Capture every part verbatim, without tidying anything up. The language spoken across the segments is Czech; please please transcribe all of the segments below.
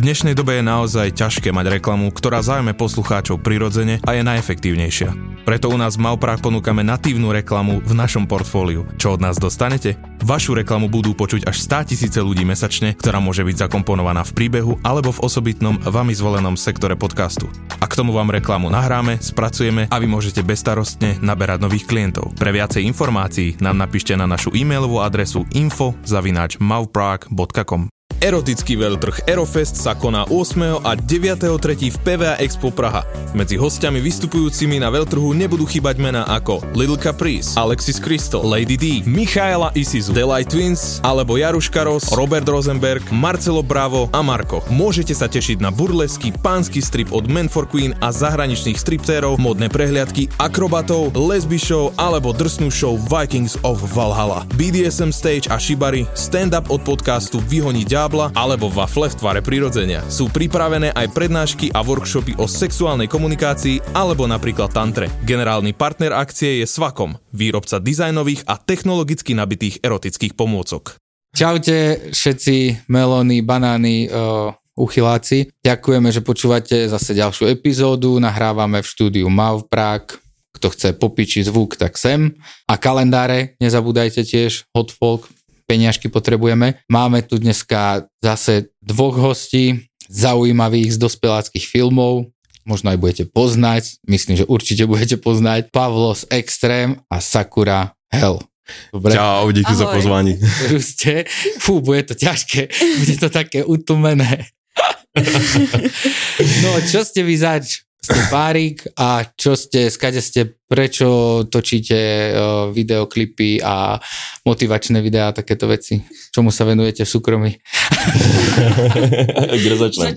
dnešnej dobe je naozaj ťažké mať reklamu, ktorá zaujme poslucháčov prirodzene a je najefektívnejšia. Preto u nás v Mavprac ponúkame natívnu reklamu v našom portfóliu. Čo od nás dostanete? Vašu reklamu budú počuť až státisíce ľudí mesačne, ktorá môže byť zakomponovaná v príbehu alebo v osobitnom vami zvolenom sektore podcastu. A k tomu vám reklamu nahráme, spracujeme a vy môžete bezstarostne naberať nových klientov. Pre viacej informácií nám napíšte na našu e-mailovú adresu info zavináč mavprac bodka com. Erotický veľtrh Erofest sa koná ôsmeho a deviateho tretieho v pé vé á Expo Praha. Medzi hostiami vystupujúcimi na veľtrhu nebudú chýbať mená ako Little Caprice, Alexis Crystal, Lady D, Michaela Isizu, Delight Twins alebo Jaruška Ross, Robert Rosenberg, Marcelo Bravo a Marko. Môžete sa tešiť na burlesky, pánsky strip od Men for Queen a zahraničných striptérov, modné prehliadky, akrobatov, lesby show alebo drsnú show Vikings of Valhalla, bé dé es em stage a shibari, stand-up od podcastu Vyhoní ďábla alebo wafle v tvare prirodzenia. Sú pripravené aj prednášky a workshopy o sexuálnej komunikácii alebo napríklad tantre. Generálny partner akcie je Svacom, výrobca dizajnových a technologicky nabitých erotických pomôcok. Čaute všetci melóny, banány, uh, uchyláci. Ďakujeme, že počúvate zase ďalšiu epizódu. Nahrávame v štúdiu Mavprac. Kto chce popičiť zvuk, tak sem. A kalendáre, nezabúdajte tiež, hot folk, peniažky potrebujeme. Máme tu dneska zase dvoch hostí, zaujímavých z dospeláckých filmov. Možno aj budete poznať, myslím, že určite budete poznať. Pavlos Extrém a Sakura Hell. Dobre? Čau, díky Ahoj. Za pozvání. Ste, fú, bude to ťažké, bude to také utlmené. No, čo ste vy zač? Ste párik a čo ste, skade ste, prečo točíte uh, videoklipy a motivačné videá a takéto veci? Čomu sa venujete v súkromí? Kde začneme?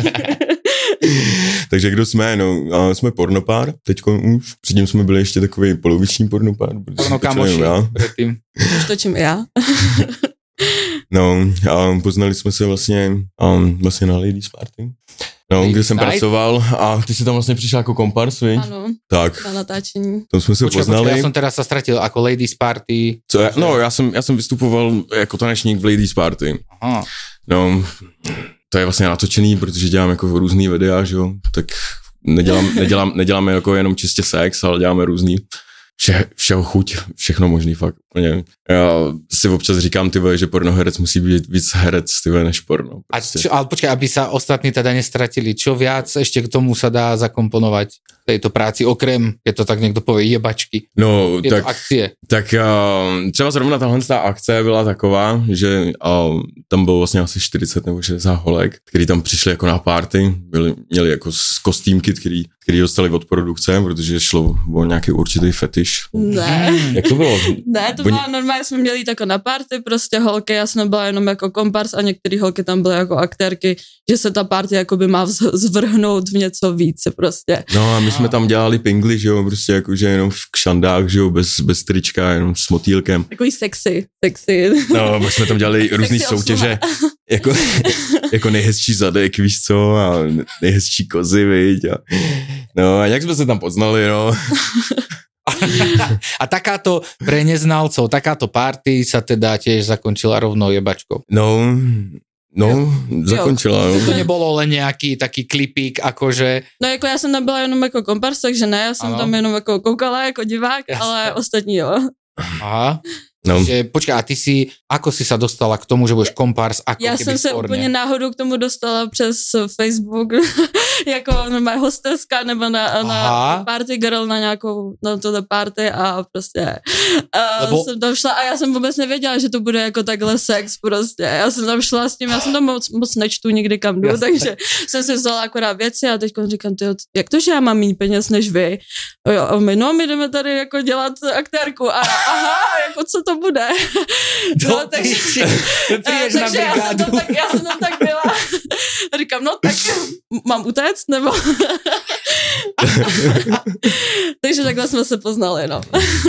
Takže kdo jsme? No, jsme pornopár, teďko už. Předtím jsme byli ještě takový poloviční pornopár. Porno kamoši. Už točím já. No, a poznali jsme se vlastně, um, vlastně na Ladies Party. No, kde jsem pracoval a ty si tam vlastně přišel jako kompars, viď? Ano, tak. Na natáčení. Tam jsme se počkej, poznali. Počkej, já jsem teda se ztratil jako Ladies Party. Co já, no, já jsem, já jsem vystupoval jako tanečník v Ladies Party. Aha. No, to je vlastně natočený, protože dělám jako různý videa, že jo, tak nedělám, nedělám, neděláme jako jenom čistě sex, ale děláme různý. Vše, všeho chuť, všechno možný fakt. Já si občas říkám, ty vole, že pornoherec musí být víc herec, ty vole, než porno. Prostě. A čo, ale počkaj, aby sa ostatní teda nestratili, čo viac ešte k tomu sa dá zakomponovať tejto práci, okrem, keď to tak někdo povie, jebačky. No, je tak, to akcie. Tak uh, třeba zrovna tahle ta akce byla taková, že uh, tam bylo vlastně asi čtyřicet nebo šedesát holek, který tam přišli jako na party, byli, měli jako kostýmky, který, který dostali od produkce, protože šlo o nějaký určitý fetiš. Ne. Jak to bylo? Ne, to bylo normálně, jsme měli jako na party, prostě holky, já jsem byla jenom jako kompars a některé holky tam byly jako aktérky, že se ta party jakoby má zvrhnout v něco více prostě. No a my jsme tam dělali pingly, že jo, prostě jakože jenom v kšandách, že jo, bez, bez trička, jenom s motýlkem. Takový sexy, sexy. No, my jsme tam dělali různý soutěže, jako, jako nejhezčí zadek, víš co, a nejhezčí kozy, viď, a no a jak jsme se tam poznali, no. A takáto pre neznalcov, takáto party sa teda tiež zakončila rovnou jebačkou. No, no, jo. zakončila. Jo. To nebolo len nejaký taký klipík, akože... No jako já jsem tam byla jenom jako kompars, takže ne, já jsem ano. tam jenom jako koukala jako divák, Jasne. Ale ostatní jo. Aha. No. Že, počkaj, a ty si, ako si sa dostala k tomu, že budeš kompárs, ako Já keby jsem se sporne? úplně náhodou k tomu dostala přes Facebook, jako normálně hosteska nebo na, na party girl, na nějakou, na tohle party a prostě a Lebo... jsem tam šla a já jsem vůbec nevěděla, že to bude jako takhle sex prostě. Já jsem tam šla s tím, já jsem tam moc, moc nečtu nikdy kam jdu, Jasne. Takže jsem si vzala akorát věci a teď říkám, tyjo, jak to, že já mám méně peněz než vy? A my, no, my jdeme tady jako dělat aktérku a aha, jako co to bude? No, takže, takže já, jsem tam tak, já jsem tam tak byla. A říkám, no tak mám utéct, nebo? Takže takhle jsme se poznali, no.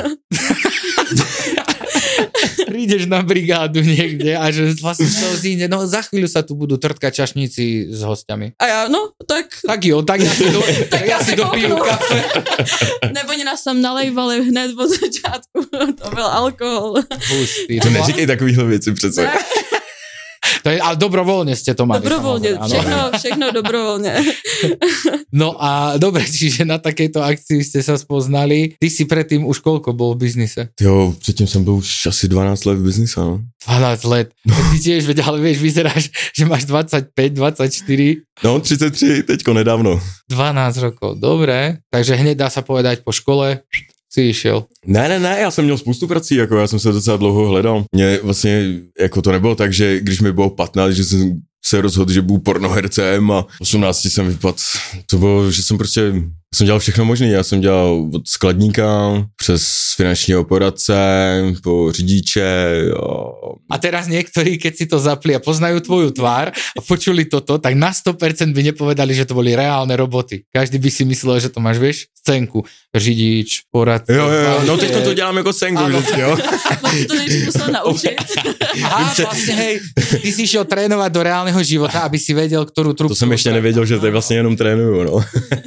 Prídeš na brigádu niekde a že vlastne to zíde, no za chvíľu sa tu budú trtkať čašníci s hostiami. A já, no, tak... Tak jo, tak já si, do, tak já si dopiju kafe. Nebo oni nás tam nalejvali hned od začátku, to byl alkohol. Hustý. To neříkej takovýhle věci přece. To je, ale dobrovoľne ste to mali. Dobrovoľne, všechno, všechno dobrovoľne. No a dobre, čiže na takejto akcii ste sa spoznali. Ty si predtým už koľko bol v biznise? Jo, předtím jsem byl už asi dvanáct let v biznise, no. dvanáct let. No. Ty tiež, ale vieš, vyzeráš, že máš dvadsaťpäť, dvadsaťštyri. No, tridsaťtri, teďko nedávno. dvanásť rokov, dobre. Takže hneď dá sa povedať po škole si išiel. Ne, ne, ne, já jsem měl spoustu prací, jako já jsem se docela dlouho hledal. Mně vlastně, jako to nebylo tak, že když mi bylo patnáct, že jsem se rozhodl, že budu pornohercem a osmnáct jsem vypadl. To bylo, že jsem prostě, jsem dělal všechno možné. Já jsem dělal od skladníka přes finančního poradce, po řidiče. A... a teraz niektorí, keď si to zapli a poznajú tvoju tvár a počuli toto, tak na sto percent by nepovedali, že to boli reálne roboty. Každý by si myslel, že to máš, vieš, scénku. Řidič, poradce. Jo, jo, jo, no teď to dělám jako scénku vždycky, jo. Vlastně to nejdřív musel naučit. Aha, vlastně hej, ty si šiel trénovať do reálneho života, aby si vedel, ktorú trubku. To jsem ještě nevěděl, že tady vlastně jenom trénuju, no.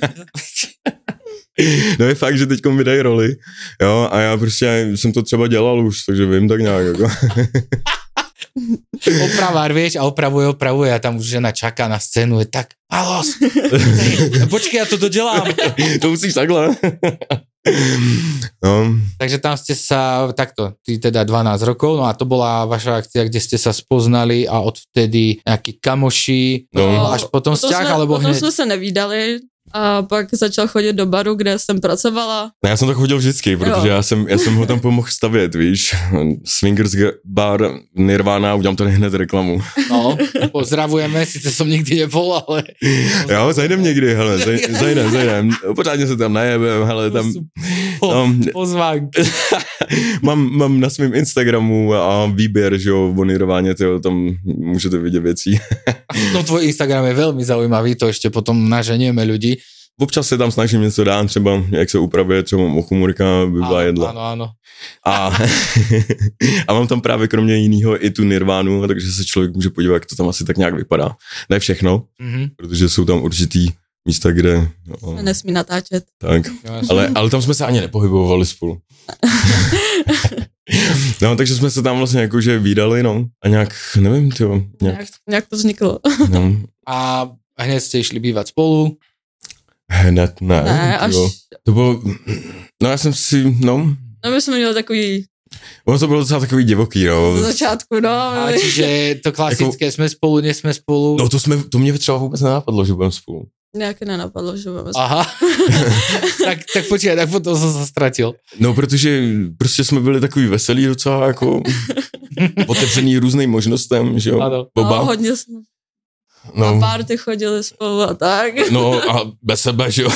No je fakt, že teďko mi dají roli, jo, a já prostě jsem to třeba dělal už, takže vím tak nějak, jako. Opravár, vieš, a opravuje, opravuje a tam už žena čaká na scénu, je tak, alos, počkej, ja to dodelám. To musíš takhle. No. Takže tam ste sa, takto, ty teda dvanásť rokov, no a to bola vaša akcia, kde ste sa spoznali a odvtedy nejakí kamoši, no. Až potom vzťah, sme, alebo potom hneď? Potom sme sa nevídali. A pak začal chodit do baru, kde jsem pracovala. Ne, já jsem tak chodil vždycky, protože já jsem, já jsem ho tam pomohl stavět, víš. Swingers bar Nirvana, udělám tady hned reklamu. No, pozdravujeme, sice jsem nikdy nebol, ale... Jo, zajdem někdy, hele, zaj, zajdem, zajdem. Pořádně se tam najebem, hele, tam... No, pozvánk. mám, mám na svém Instagramu a výběr, že jo, o Nirváně, tyjo, tam můžete vidět věcí. No tvoj Instagram je velmi zaujímavý, to ještě potom naženieme ľudí. Občas se tam snažím něco dát, třeba jak se upravuje třeba mochumurka, by byla jedla. Ano, ano. A, a mám tam právě kromě jiného i tu Nirvánu, takže se člověk může podívat, jak to tam asi tak nějak vypadá. Ne všechno, mm-hmm. protože jsou tam určitý místa, kde... No, nesmí natáčet. Tak, ale, ale tam jsme se ani nepohybovali spolu. No, takže jsme se tam vlastně jakože vídali, no. A nějak, nevím, tyjo. Nějak, nějak, nějak to vzniklo. No. A hned jste išli bývat spolu? Hned, ne. Ne, až... To bylo, no já jsem si, no. No my jsme měli takový... Ono to bylo docela takový divoký, no. Z začátku, no. A čiže to klasické, jako, jsme spolu, nesme spolu. No to jsme, to mě třeba vůbec nenapadlo, že budeme spolu. Nějaké nenapadlo, že budeme spolu. Aha. tak, tak počkej, tak potom jsem se ztratil. No, protože prostě jsme byli takový veselí docela, jako otevřený různým možnostem, že jo. Ano. Boba. No, hodně jsme. No. A party chodili spolu a tak. No a bez sebe, že jo.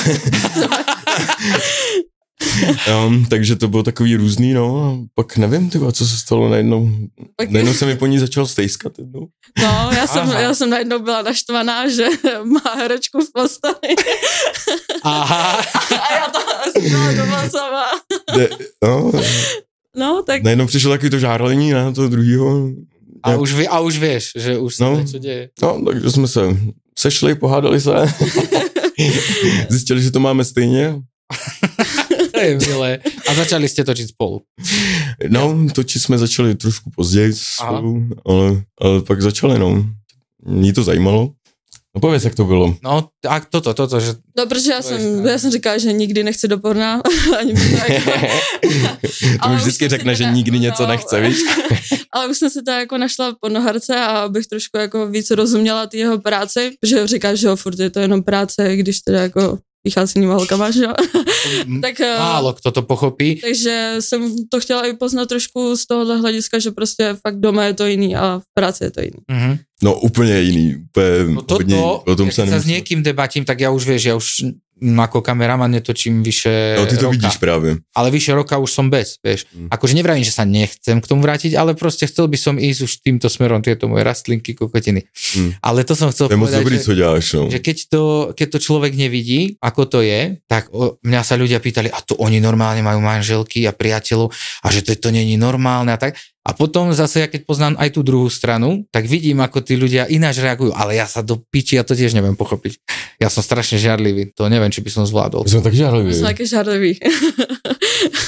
um, takže to bylo takový různý, no, a pak nevím, tyba, co se stalo najednou. Pak... Najednou se mi po ní začal stejskat jednou. No, já jsem, já jsem najednou byla naštvaná, že má herečku v posteli. Aha. A já to asi byla doma sama. De, no, no, tak... Najednou přišlo takový to žárlení na toho druhýho. A už, ví, a už vieš, že už se no, něco děje. No, takže jsme se sešli, pohádali se. Zjistili, že to máme stejně. To je milé. A začali jste točit spolu. No, točit jsme začali trošku později spolu, ale, ale pak začali, no. Mě to zajímalo. No pověz, jak to bylo. No, a toto, toto, že... No, protože já jsem, já jsem říkala, že nikdy nechci do porna. Ani to mi vždycky řekne, že nikdy něco nechce, víš? Ale už jsem si to jako našla pornoherce a abych trošku jako víc rozuměla ty jeho práci, protože říká, že jo, furt je to jenom práce, když teda jako vychází s jinýma holkama, že jo. Tak, málo kdo to pochopí. Takže jsem to chtěla i poznat trošku z tohohle hlediska, že prostě fakt doma je to jiný a v práci je to jiný. Mm-hmm. No úplně jiný, úplně no to, hodně, to, o tom se sa s niekým debatím, tak ja už vieš, ja už ako kameraman netočím vyše no, ty to roka. vidíš práve. Ale vyše roka už som bez, vieš. Mm. Akože nevravím, že sa nechcem k tomu vrátiť, ale proste chcel by som ísť už týmto smerom, tieto moje rastlinky, kokotiny. Mm. Ale to som chcel to povedať, dobrý, že, co ďáš, no. že keď, to, keď to človek nevidí, ako to je, tak o, mňa sa ľudia pýtali, a to oni normálne majú manželky a priateľov a že to, to není normálne a tak. A potom zase, ja keď poznám aj tú druhú stranu, tak vidím, ako tí ľudia ináč reagujú, ale ja sa do piči, ja to tiež neviem pochopiť. Ja som strašne žiarlivý, to neviem, či by som zvládol. Sme tak žiarliví. Sme také žiarliví.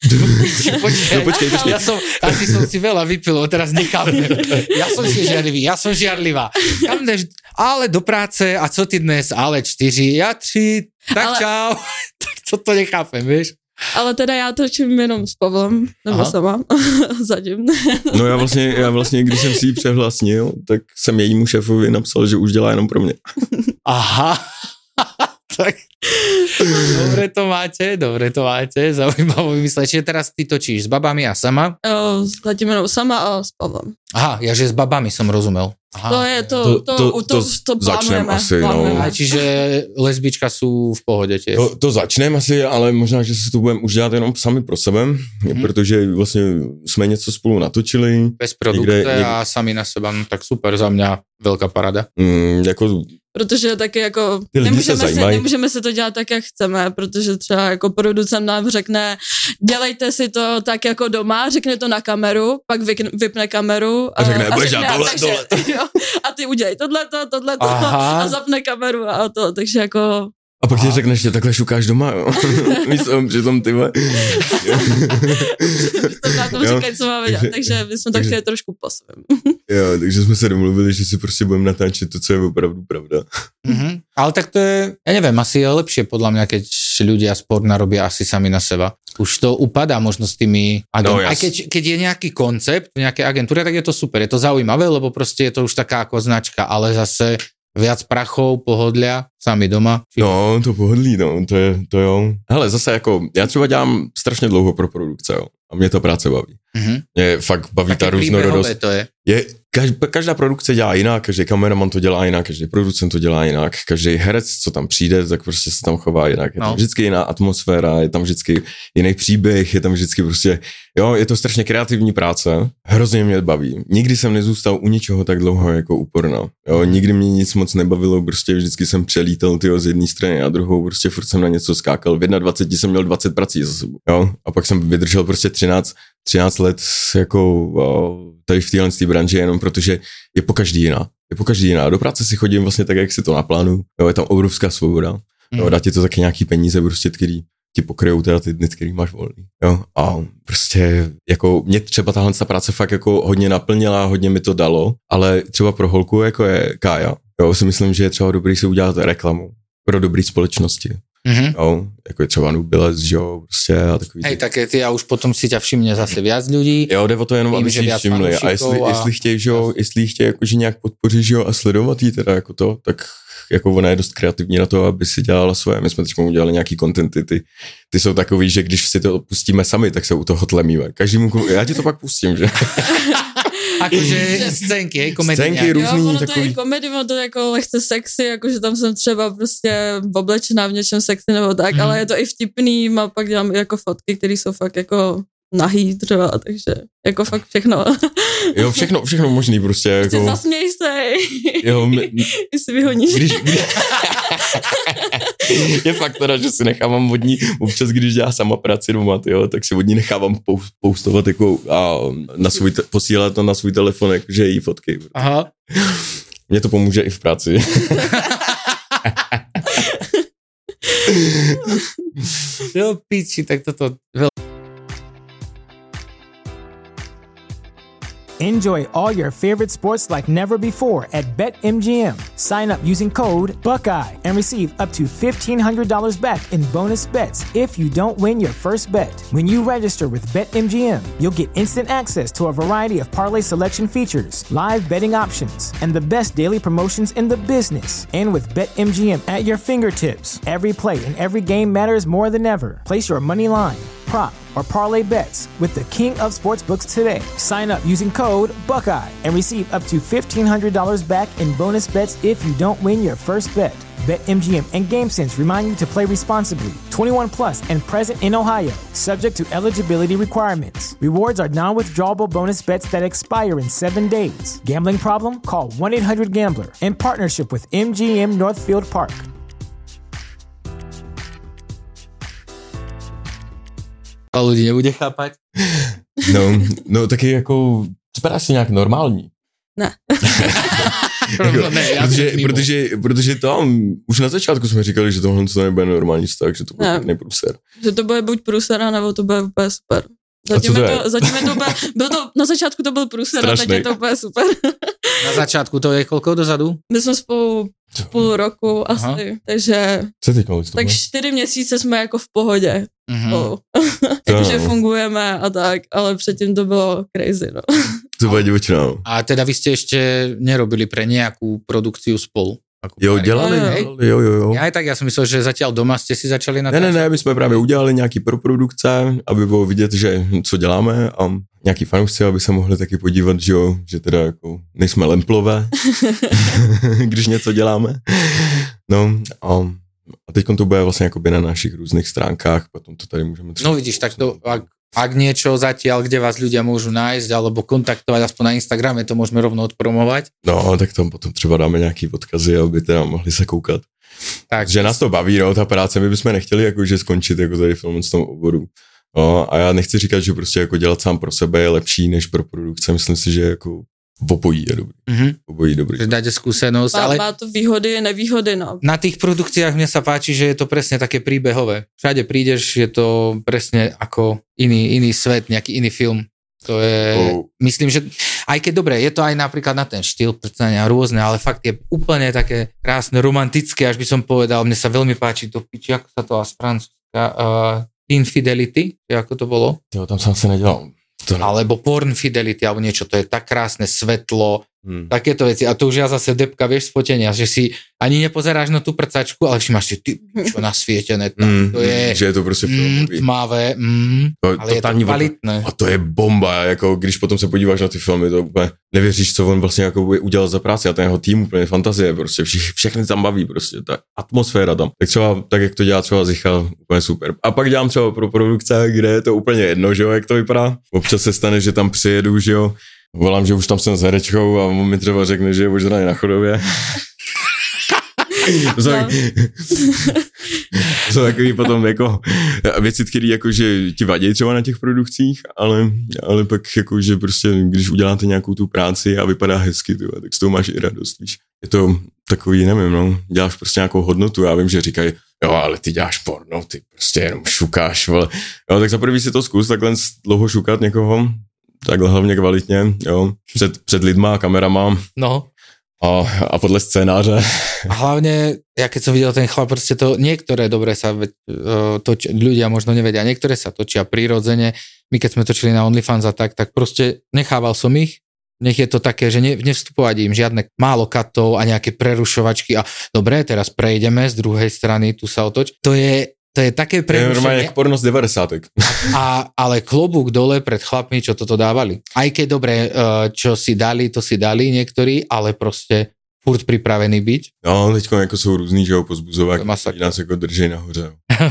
Počkej, no, počkej, počkej. Ja som, asi som si veľa vypil, teraz nechápem. Ja som si žiarlivý, ja som žiarlivá. Ale do práce, a co ty dnes? Ale čtyři, ja tři, tak ale... čau. Tak to nechápem, vieš? Ale teda já točím jenom s Pavlem, nebo Aha. sama, zatím. No já vlastně, já vlastně, když jsem si ji přehlasnil, tak jsem jejímu šéfovi napsal, že už dělá jenom pro mě. Aha, tak dobre to máte, dobre to máte, zaujímavé vymysleť. Čiže teraz ty točíš s babami a sama? O, zatím jenom sama a s Pavlem. Aha, ja že s babami som rozumel. Aha. To je, to, to, to, to, to, to plánujeme. Asi, no. A čiže lesbička sú v pohode tiež. To, to začneme asi, ale možná, že si to budeme už dělat jenom sami pro sebe, hmm. protože vlastně jsme něco spolu natočili. Bez produkce někde, někde... a sami na seba, no tak super, za mňa veľká parada. Mm, jako... Protože taky jako nemůžeme si, nemůžeme si to dělat tak, jak chceme, protože třeba jako producent nám řekne, dělejte si to tak jako doma, řekne to na kameru, pak vypne kameru a, a řekne, a, řekne, tohle, takže, tohle. Jo, a ty udělej tohleto, tohleto a zapne kameru a to, takže jako... A pak ti řekneš, že takhle šukáš doma, jo? Myslím, přitom ty vole. To na tom říkají, co máme dělat, takže my jsme tak chtěli trošku po svém. Jo, takže jsme se domluvili, že si prostě budeme natáčet to, co je opravdu pravda. Mm-hmm. Ale tak to je, ja neviem, asi je lepšie podľa mňa, keď ľudia sport narobia asi sami na seba. Už to upadá možno s tými agentami. No, aj keď, keď je nejaký koncept v nejakej agentúre, tak je to super, je to zaujímavé, lebo proste je to už taká ako značka, ale zase viac prachov, pohodlia, sami doma. No, to pohodlí, no, to je, to jo. Hele, zase jako, já třeba dělám strašně dlouho pro produkce, jo, a mě ta práce baví. Mm-hmm. Mě fakt baví také ta různorodost. To je. je každá, každá produkce dělá jinak, každý kameraman to dělá jinak, každý producent to dělá jinak, každý herec, co tam přijde, tak prostě se tam chová jinak. Je no. tam vždycky jiná atmosféra, je tam vždycky jiný příběh, je tam vždycky prostě, jo, je to strašně kreativní práce, hrozně mě baví. Nikdy jsem nezůstal u ničeho tak dlouho jako u porna. Jo, nikdy mě nic moc nebavilo, prostě vždycky jsem přelítal tyjo, z jedné strany a druhou, prostě furt jsem na něco skákal. V dvacet jedna jsem měl dvacet prací za sebou, jo, a pak jsem vydržel prostě třináct, třináct let jako wow, tady v téhle branži jenom protože je po každý jiná. Je po každý jiná. Do práce si chodím vlastně tak, jak si to naplánuju. Jo, je tam obrovská svoboda. Mm. Jo, dá ti to taky nějaký peníze, prostě, který ti pokryjou teda ty dny, který máš volný. Jo, a prostě jako mě třeba tahle práce fakt jako hodně naplnila, hodně mi to dalo, ale třeba pro holku jako je Kája, jo, si myslím, že je třeba dobrý si udělat reklamu pro dobrý společnosti. Mm-hmm. Jo, jako je třeba Nubilec, že jo, prostě a takový. Hej, tak ty a už potom si ťa všimne zase viac ľudí. Jo, jde o to jenom, aby si všimli. A jestli, a... jestli chtějí, že jo, jestli chtějí jakože nějak podpořit, že jo, a sledovat jí teda jako to, tak jako ona je dost kreativní na to, aby si dělala svoje. My jsme teď udělali nějaký kontenty, ty, ty jsou takový, že když si to pustíme sami, tak se u toho tlemíme. Každému, já ti to pak pustím, že? Akože scénky, hej, komedie. Scénky různý, jo, ono takový. to je komedie, ono to je jako lehce sexy, jakože tam jsem třeba prostě oblečená v něčem sexy nebo tak, mm. ale je to i vtipný, a pak dělám jako fotky, které jsou fakt jako nahý třeba, takže jako fakt všechno. Jo, všechno, všechno možný prostě. Jako... Zasměj se, jo, my... jestli vyhoníš. Když, když... je fakt teda, že si nechávám od ní, občas když dělá sama práci doma, tyjo, tak si od ní nechávám poustovat jako a na svůj te- posílat to na svůj telefon, jakože její fotky. Aha. Mně to pomůže i v práci. Jo, píči, tak toto... Enjoy all your favorite sports like never before at BetMGM. Sign up using code Buckeye and receive up to fifteen hundred dollars back in bonus bets if you don't win your first bet. When you register with BetMGM, you'll get instant access to a variety of parlay selection features, live betting options, and the best daily promotions in the business. And with BetMGM at your fingertips, every play and every game matters more than ever. Place your money line, prop, or parlay bets with the king of sportsbooks today. Sign up using code Buckeye and receive up to fifteen hundred dollars back in bonus bets if you don't win your first bet. BetMGM and GameSense remind you to play responsibly. twenty-one plus and present in Ohio, subject to eligibility requirements. Rewards are non-withdrawable bonus bets that expire in seven days. Gambling problem? Call one eight hundred gambler in partnership with M G M Northfield Park. A ľudí nebude chápať? No, no taky jako, připadá si nějak normální. Ne. jako, ne, protože, protože, protože tam už na začátku jsme říkali, že tohle to nebude normální vztah, že to bude pěkný průser. Že to bude buď průser, nebo to bude úplně super. Zatím, to je to, zatím je to úplně, byl to, na začátku to byl průser, a teď je to úplně super. Na začátku to je kolko dozadu? My jsme spolu půl roku asi, aha. takže tak čtyři měsíce jsme jako v pohodě. Uh-huh. Takže fungujeme a tak, ale předtým to bylo crazy, no. To bude divočná. A teda vy ste ešte nerobili pre nejakú produkciu spolu? Jo, dělali, jo, jo, jo, jo. Já tak, já jsem myslel, že zatím doma jste si začali natáčet. Ne, ne, ne, my jsme právě udělali nějaký proprodukce, aby bylo vidět, že co děláme a nějaký fanoušci, aby se mohli taky podívat, že jo, že teda jako nejsme lemplové, když něco děláme. No a, a teď to bude vlastně jakoby na našich různých stránkách, potom to tady můžeme třeba... No vidíš, tak to... Ak... Ak niečo zatiaľ, kde vás ľudia môžu nájsť alebo kontaktovať, aspoň na Instagrame, to môžeme rovno odpromovať. No, tak tam potom třeba dáme nějaký odkazy, aby teda mohli se koukat. Tak, že nás to baví, no, ta práce, my bychom nechtěli jakože skončit jako tady film z toho oboru. No, a já nechci říkat, že prostě jako dělat sám pro sebe je lepší než pro produkce, myslím si, že jako obojí je dobrý. Mm-hmm. Obojí dobrý. Že dáte skúsenosť, má, ale... Má to výhody, nevýhody, no. Na tých produkciách mne sa páči, že je to presne také príbehové. Všade prídeš, je to presne ako iný, iný svet, nejaký iný film. To je, oh. myslím, že aj keď dobre, je to aj napríklad na ten štýl predstavenia rôzne, ale fakt je úplne také krásne, romantické, až by som povedal, mne sa veľmi páči to piči, ako sa to z francúzska, uh, Infidelity, ako to bolo? Jo, tam som sa nedělal. To alebo Porn Fidelity, alebo niečo, to je tak krásne svetlo, hmm. takéto veci. A to už ja zase depka, vieš, z fotenia, že si ani nepozeráš na tú prcačku, ale všimáš si, ty, čo nasvietené tam, hmm. to je... Že je to prostě filmový. Mm, tmavé, mm, to, ale je to kvalitné. A to je bomba, jako když potom se podíváš na ty filmy, to úplně nevěříš, co on vlastně jako udělal za práci a ten jeho tým úplně fantazie, prostě vše, všechny tam baví, prostě ta atmosféra tam. Tak třeba, tak jak to dělá třeba Zicha, úplně super. A pak dělám třeba pro produkce, kde je to úplně jedno, že jo, jak to vypadá. Občas se stane, že tam přijedu, že jo, volám, že už tam jsem s herečkou a on mi třeba řekne, že je ožraný na chodově. To jsou, no. To jsou takový potom jako věci, které jako, že ti vadí třeba na těch produkcích, ale, ale pak jako, že prostě, když uděláte nějakou tu práci a vypadá hezky, tyhle, tak s tou máš i radost, víš. Je to takový, nevím, no, děláš prostě nějakou hodnotu, já vím, že říkají, jo, ale ty děláš porno, ty prostě jenom šukáš, vole. Jo, tak za prvý si to zkus takhle dlouho šukat někoho, takhle hlavně kvalitně, jo, před, před lidma a kamerama. No. A, a podle scénáře. A hlavne, ja keď som videl ten chlap, proste to, niektoré dobre sa uh, točia, ľudia možno nevedia, niektoré sa točia prirodzene. My keď sme točili na OnlyFans a tak, tak proste nechával som ich, nech je to také, že ne, nevstupovať im žiadne málo katov a nejaké prerušovačky a dobre, teraz prejdeme z druhej strany, tu sa otoč. To je To je také prerušenie. To je normálne jak porno z deväťdesiatek. A, ale klobúk dole pred chlapmi, čo toto dávali. Aj keď dobre, čo si dali, to si dali niektorí, ale proste furt pripravený byť. No, teďko jako jsou různý, že jo, pozbuzovák, kteří nás jako drží nahoře.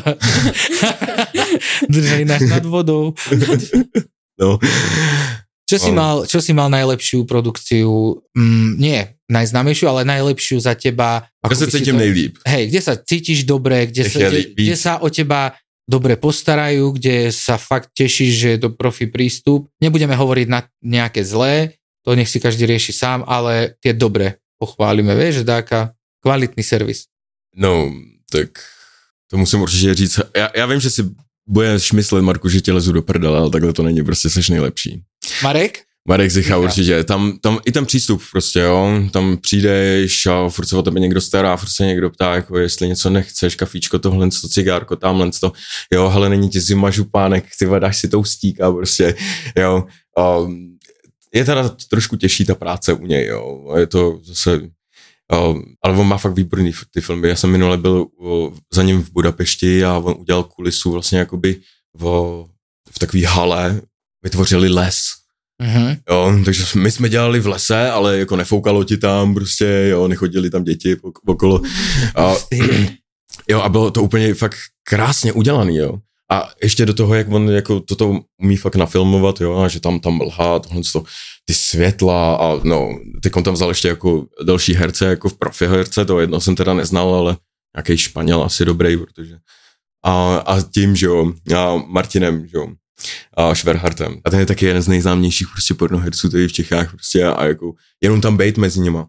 Drží nás nad vodou. No. Čo si, mal, čo si mal najlepšiu produkciu, mm, nie najznámejšiu, ale najlepšiu za teba? Kde sa cítim to, nejlíp. Hej, kde sa cítiš dobre, kde sa, kde, kde sa o teba dobre postarajú, kde sa fakt tešíš, že je to profi prístup. Nebudeme hovoriť na nejaké zlé, to nech si každý rieši sám, ale tie dobre pochválime, vieš, že dáka kvalitný servis. No, tak to musím určitě říct. Já, já vím, že si budeš myslet, Marku, že tě lezu do prdele, ale takhle to není, prostě seš nejlepší. Marek? Marek Zicha, určitě. Tam, tam i ten přístup prostě, jo. Tam přijdeš a furt se o tebe někdo stará, furt se někdo ptá, jako jestli něco nechceš, kafíčko, tohle, to cigárko, tamhle, to, jo, hele, není ti zima župánek, ty dáš si toustík a prostě, jo. Um, je teda trošku těžší ta práce u něj, jo. Je to zase, um, ale on má fakt výborný ty filmy. Já jsem minule byl uh, za ním v Budapešti a on udělal kulisu vlastně jakoby v, v takový hale, vytvořili les. Mm-hmm. Jo, takže my jsme dělali v lese, ale jako nefoukalo ti tam prostě, jo, nechodili tam děti okolo. A, jo, a bylo to úplně fakt krásně udělaný, jo. A ještě do toho, jak on jako toto umí fakt nafilmovat, jo, a že tam tam lhá, tohle to, ty světla a no, teď on tam vzal ještě jako další herce, jako v profi herce, to jedno jsem teda neznal, ale nějaký Španěl asi dobrý, protože a, a tím, že jo, a Martinem, že jo, a Šverhartem. A ten je taky jeden z nejznámějších prostě pornoherců tady v Čechách prostě a, a jako jenom tam bejt mezi nima.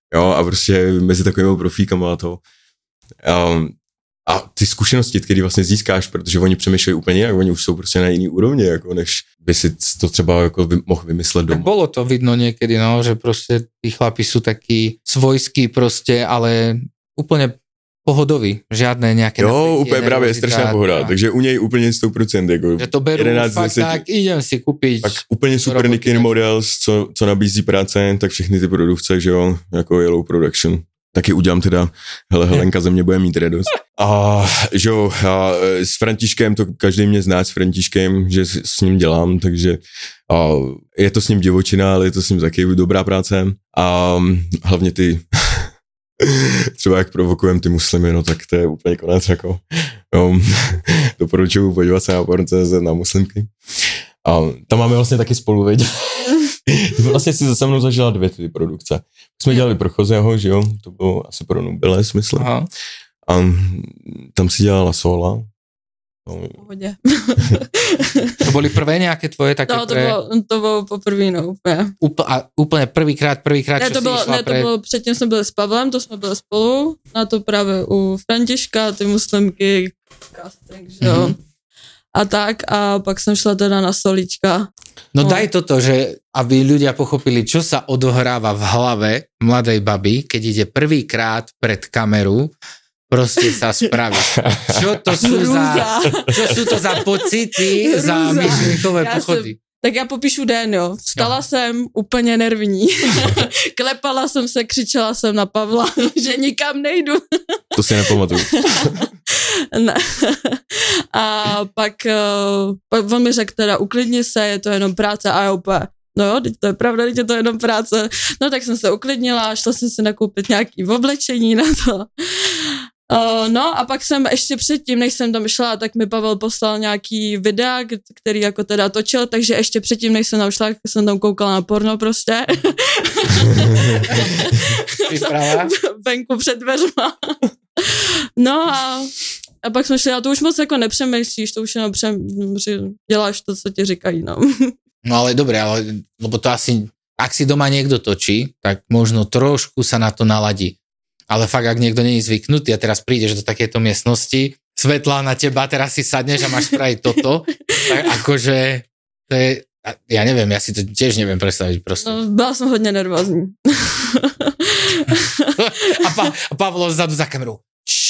jo, a prostě mezi takovými profíkama a to. A, a ty zkušenosti, které vlastně získáš, protože oni přemýšlejí úplně jinak, oni už jsou prostě na jiný úrovni, jako než by si to třeba jako vy, mohl vymyslet doma. Tak bolo to vidno niekedy, no, že prostě tí chlapi sú takí svojskí prostě, ale úplně pohodový, žádné nějaké... Jo, úplně právě, strašná pohoda, takže u něj úplně sto procent, jako... Že to beru jedenáct, fakt deset, tak, idem si kúpiť... Tak úplně super Nikin Models, co, co nabízí práce, tak všechny ty produkce, že jo, jako Yellow Production. Taky udělám teda, hele, Helenka ze mě bude mít radost. A že jo, a s Františkem, to každý mě zná s Františkem, že s, s ním dělám, takže a je to s ním divočina, ale je to s ním taky dobrá práce. A hlavně ty... třeba jak provokujeme ty muslimy, no tak to je úplně konec, jako jo, doporučuju podívat se na porn tečka cé zet na muslimky. A tam máme vlastně taky spolu, veď. Ty vlastně si se mnou zažila dvě ty produkce. Jsme dělali pro Chozeho, že jo, to bylo asi pro Nubile smysl. Aha. A tam si dělala sola. Pohodě. To byly prvé nějaké tvoje také? No, to pre... bylo, to bylo poprvé, no úplně. Úpl, a úplně prvýkrát, prvýkrát, ne, to bylo, ne, pre... to bylo, předtím jsme byli s Pavlem, to jsme byli spolu, na to právě u Františka, ty muslimky, casting, že jo. Mm-hmm. A tak, a pak jsem šla teda na Solíčka. No, no daj toto, že aby ľudia pochopili, čo sa odohráva v hlave mladej baby, keď ide prvýkrát pred kameru, proste sa spravíš. Čo to sú za, čo sú to za pocity, Rúza. Za myšlienkové pochody? Jsem, tak já popíšu den, jo. Vstala no. jsem úplně nervní. Klepala jsem se, křičela jsem na Pavla, že nikam nejdu. To si nepamatuju. Ne. A pak, pak on mi řekl teda, uklidni se, je to jenom práce a já úplně, no jo, teď to je pravda, teď je to jenom práce. No tak jsem se uklidnila, šla jsem si nakoupit nějaký oblečení na to. Uh, no a pak jsem ještě předtím, než jsem tam šla, tak mi Pavel poslal nějaký videa, který jako teda točil, takže ještě předtím, než jsem tam šla, jsem tam koukala na porno prostě. Venku před dveřma. No a, a pak jsme šli, a to už moc jako nepřemýšlíš, to už jenom přem, děláš to, co ti říkají, no. No ale dobré, ale, lebo to asi, ak si doma niekto točí, tak možno trošku sa na to naladí. Ale fakt, ak niekto nie je zvyknutý a teraz prídeš do takéto miestnosti, svetlá na teba, teraz si sadneš a máš spraviť toto, tak akože to je, ja neviem, ja si to tiež neviem predstaviť proste. No, byla som hodne nervózní. a, pa, a Pavlo vzadu za kamerou.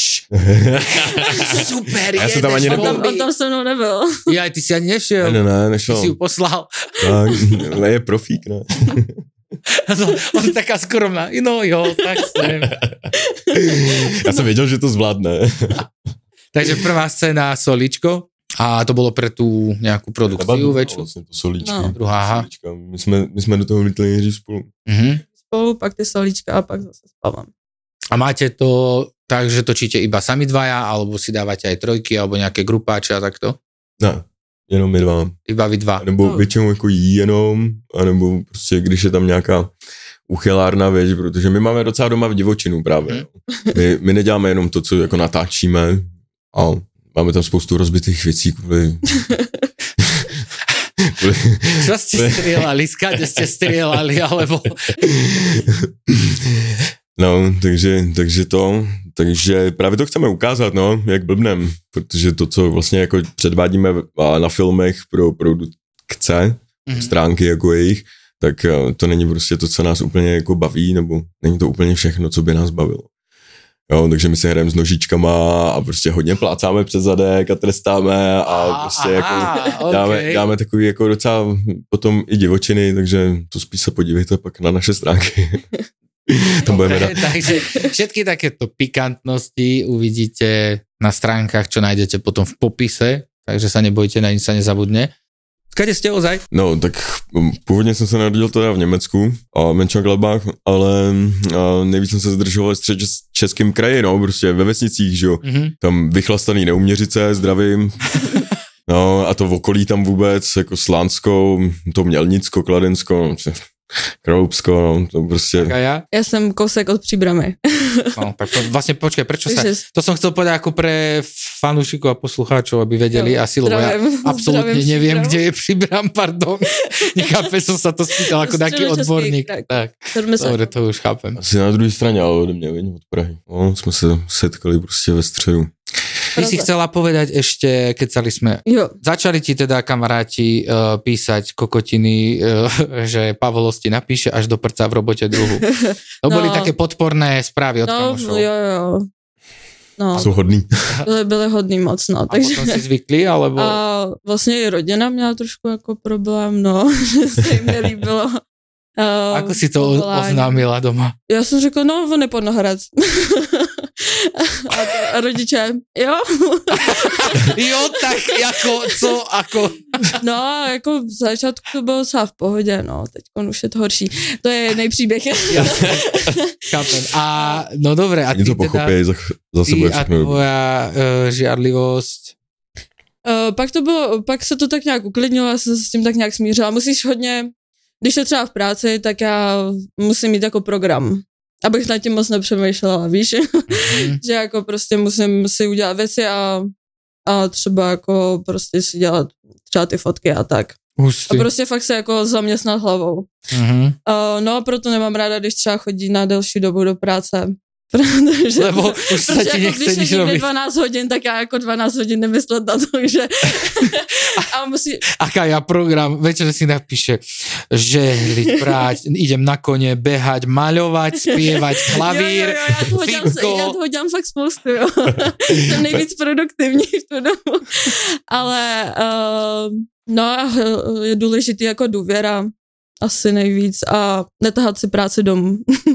Super, já jsem tam ani nebyl. On tam se mnou nebyl. Ja, ty si ani nešiel. Ne, ne, nešel. Ty si ju poslal. Tak, ale je profík, ne? No, on je taká skromná. No jo, tak jsem. Já jsem věděl, že to zvládne. Takže prvá scéna Solíčko a to bylo pre tú nejakú produkciu väčšiu. Vlastně to Solíčko. No. Druhá. Solíčka. My jsme, my jsme do toho vlítli nejdřív spolu. Mm-hmm. Spolu, pak ty Solíčka a pak zase s Pavlem. A máte to tak, že točíte iba sami dvaja, alebo si dávate aj trojky, alebo nejaké grupáče a takto? Ne, jenom my dva. Iba vy dva. Nebo no. Většinou jako jí jenom, anebo prostě když je tam nějaká uchylárna věc, protože my máme docela doma v divočinu právě. Hmm. My, my neděláme jenom to, co jako natáčíme, a máme tam spoustu rozbitých věcí kvůli... Čo ste strieľali? Skade ste strieľali, alebo... No, takže, takže to, takže právě to chceme ukázat, no, jak blbnem, protože to, co vlastně jako předvádíme na filmech pro produkce, mm-hmm. stránky jako jejich, tak to není prostě to, co nás úplně jako baví, nebo není to úplně všechno, co by nás bavilo. Jo, takže my se hrajeme s nožičkama a prostě hodně plácáme přes zadek a trestáme a aha, prostě jako aha, dáme, okay. dáme takový jako docela potom i divočiny, takže to spíš se podívejte pak na naše stránky. Dobre, takže všetky takéto pikantnosti uvidíte na stránkach, čo nájdete potom v popise, takže sa nebojte, na nič sa nezabudne. Kade ste ozaj? No, tak původně jsem se narodil teda v Německu, a Mönchengladbach, ale a nejvíc jsem se zdržoval v středočeském kraji, no, prostě ve vesnicích, že jo. Mm-hmm. Tam vychlastaný Neuměřice, zdravím. No, a to v okolí tam vůbec, jako Slánsko, to Mělnicko, Kladensko, Kroupsko, no, to prostě... Tak a ja? Ja som kousek od Příbramy. No, tak po, vlastne počkaj, prečo sa... To som chcel povedať ako pre fanúšikov a poslucháčov, aby vedeli no, asi, lebo ja absolútne zdravím, neviem, zdravím. kde je Příbram, pardon. Nechápem, som sa to spýtal ako nejaký odborník. Tak, tak. Dobre, to už chápem. Asi na druhé straně, ale ode mě, od Prahy. No, jsme se setkali prostě ve středu. Ty si chcela povedať ešte, keď sali sme, jo. Začali ti teda kamaráti uh, písať kokotiny, uh, že Pavlos ti napíše až do prca v robote druhu. To no, boli také podporné správy od no, kamošov. Jo, jo. No, jsou hodný. Byli, byli hodný moc, no. A takže... potom si zvykli, alebo... A vlastně i rodina měla trošku jako problém, no, že se jim nelíbilo. Uh, Ako si to povolání. Oznámila doma? Já jsem řekla, no, on je pornoherec. a, to, a rodiče, jo. Jo, tak jako, co, ako? No, jako v začátku to bylo docela v pohodě, no, teď už je to horší. To je nejpříběh. Chápem. A, no dobré, a ty to pochopí, teda, zase ty bude a tvoja uh, žiarlivosť? Uh, pak to bylo, pak se to tak nějak uklidnilo, já jsem se s tím tak nějak smířila. Musíš hodně, když je třeba v práci, tak já musím mít jako program, abych nad tím moc nepřemýšlela, víš? Mm-hmm. Že jako prostě musím si udělat věci a, a třeba jako prostě si dělat třeba ty fotky a tak. Hustý. A prostě fakt se jako zaměstnat hlavou. Mm-hmm. Uh, no a proto nemám ráda, když třeba chodí na delší dobu do práce. Protože, Lebo už sa ti jako nechce nič robiť. dvanásť hodín, tak já jako dvanásť hodín nemyslet na to, že... a musí... Aká ja program, večer si napíše, žehliť, práť, idem na kone, behať, maľovať, spievať, klavír, jo, jo, jo, já toho dělám, já toho dělám fakt spoustu, jo. Jsem nejvíc produktivní v tu dobu. Ale uh, no je důležitý jako důvěra, asi nejvíc a netahat si práci domů.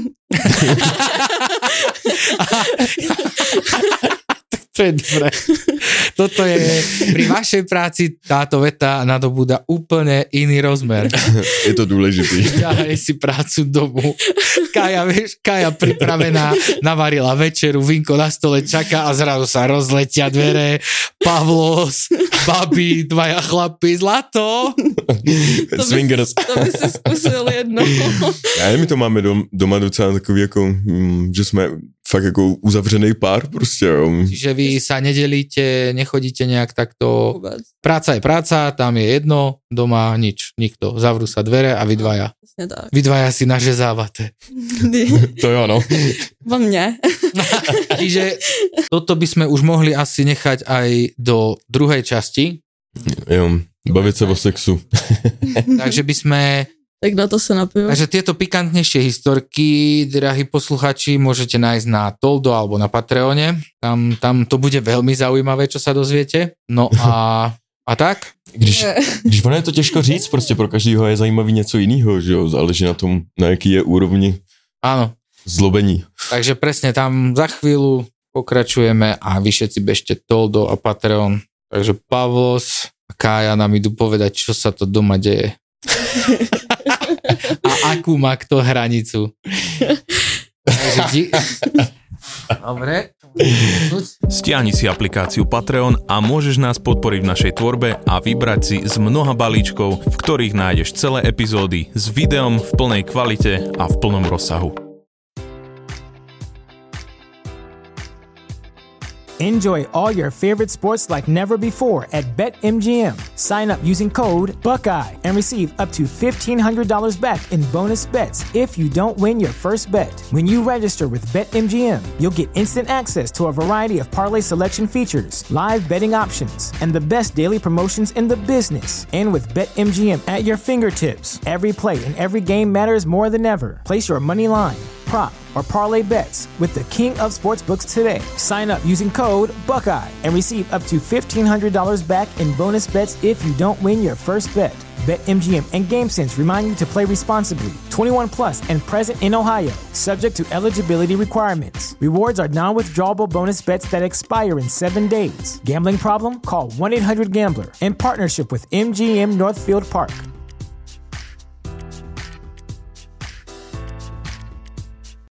To je dobré. Toto je, pri vašej práci táto veta nadobúda úplne iný rozmer. Je to dôležitý. Ťahaj si prácu domu. Kaja, vieš, Kaja pripravená, navarila večeru, vínko na stole čaká a zrazu sa rozletia dvere. Pavlos, babi, dvaja chlapi, zlato. Swingers. To by si zkusil jedno. Já my to máme dom, doma docela takový jako, že jsme fakt jako uzavřený pár prostě, jo. Čiže vy sa nedelíte, nechodíte nejak takto. Vôbec. Práca je práca, tam je jedno, doma nič, nikto. Zavrú sa dvere a vy dvaja. No, vy dvaja si nařezávate. To jo, no. Vo mne. Čiže toto by sme už mohli asi nechať aj do druhej časti. Jo, baviť sa o sexu. Takže by sme... Tak na to sa napiju. Takže tieto pikantnejšie historky, drahí posluchači, môžete nájsť na Toldo alebo na Patreone. Tam, tam to bude veľmi zaujímavé, čo sa dozviete. No a, a tak? Když, když ono je to těžko říct, prostě pro každého je zajímavý něco jiného, že jo, záleží na tom, na jaký je úrovni Áno. zlobení. Takže presne tam za chvíľu pokračujeme a vy všetci bežte Toldo a Patreon. Takže Pavlos a Kája nám idú povedať, čo sa to doma deje. A akú má kto hranicu. Takže di- Dobre. Stiahni si aplikáciu Patreon a môžeš nás podporiť v našej tvorbe a vybrať si z mnoha balíčkov, v ktorých nájdeš celé epizódy s videom v plnej kvalite a v plnom rozsahu. Enjoy all your favorite sports like never before at BetMGM. Sign up using code Buckeye and receive up to fifteen hundred dollars back in bonus bets if you don't win your first bet. When you register with BetMGM, you'll get instant access to a variety of parlay selection features, live betting options, and the best daily promotions in the business. And with BetMGM at your fingertips, every play and every game matters more than ever. Place your money line, prop, or parlay bets with the king of sportsbooks today. Sign up using code Buckeye and receive up to fifteen hundred dollars back in bonus bets if you don't win your first bet. BetMGM and GameSense remind you to play responsibly. twenty-one plus and present in Ohio, subject to eligibility requirements. Rewards are non-withdrawable bonus bets that expire in seven days. Gambling problem? Call one eight hundred gambler in partnership with M G M Northfield Park.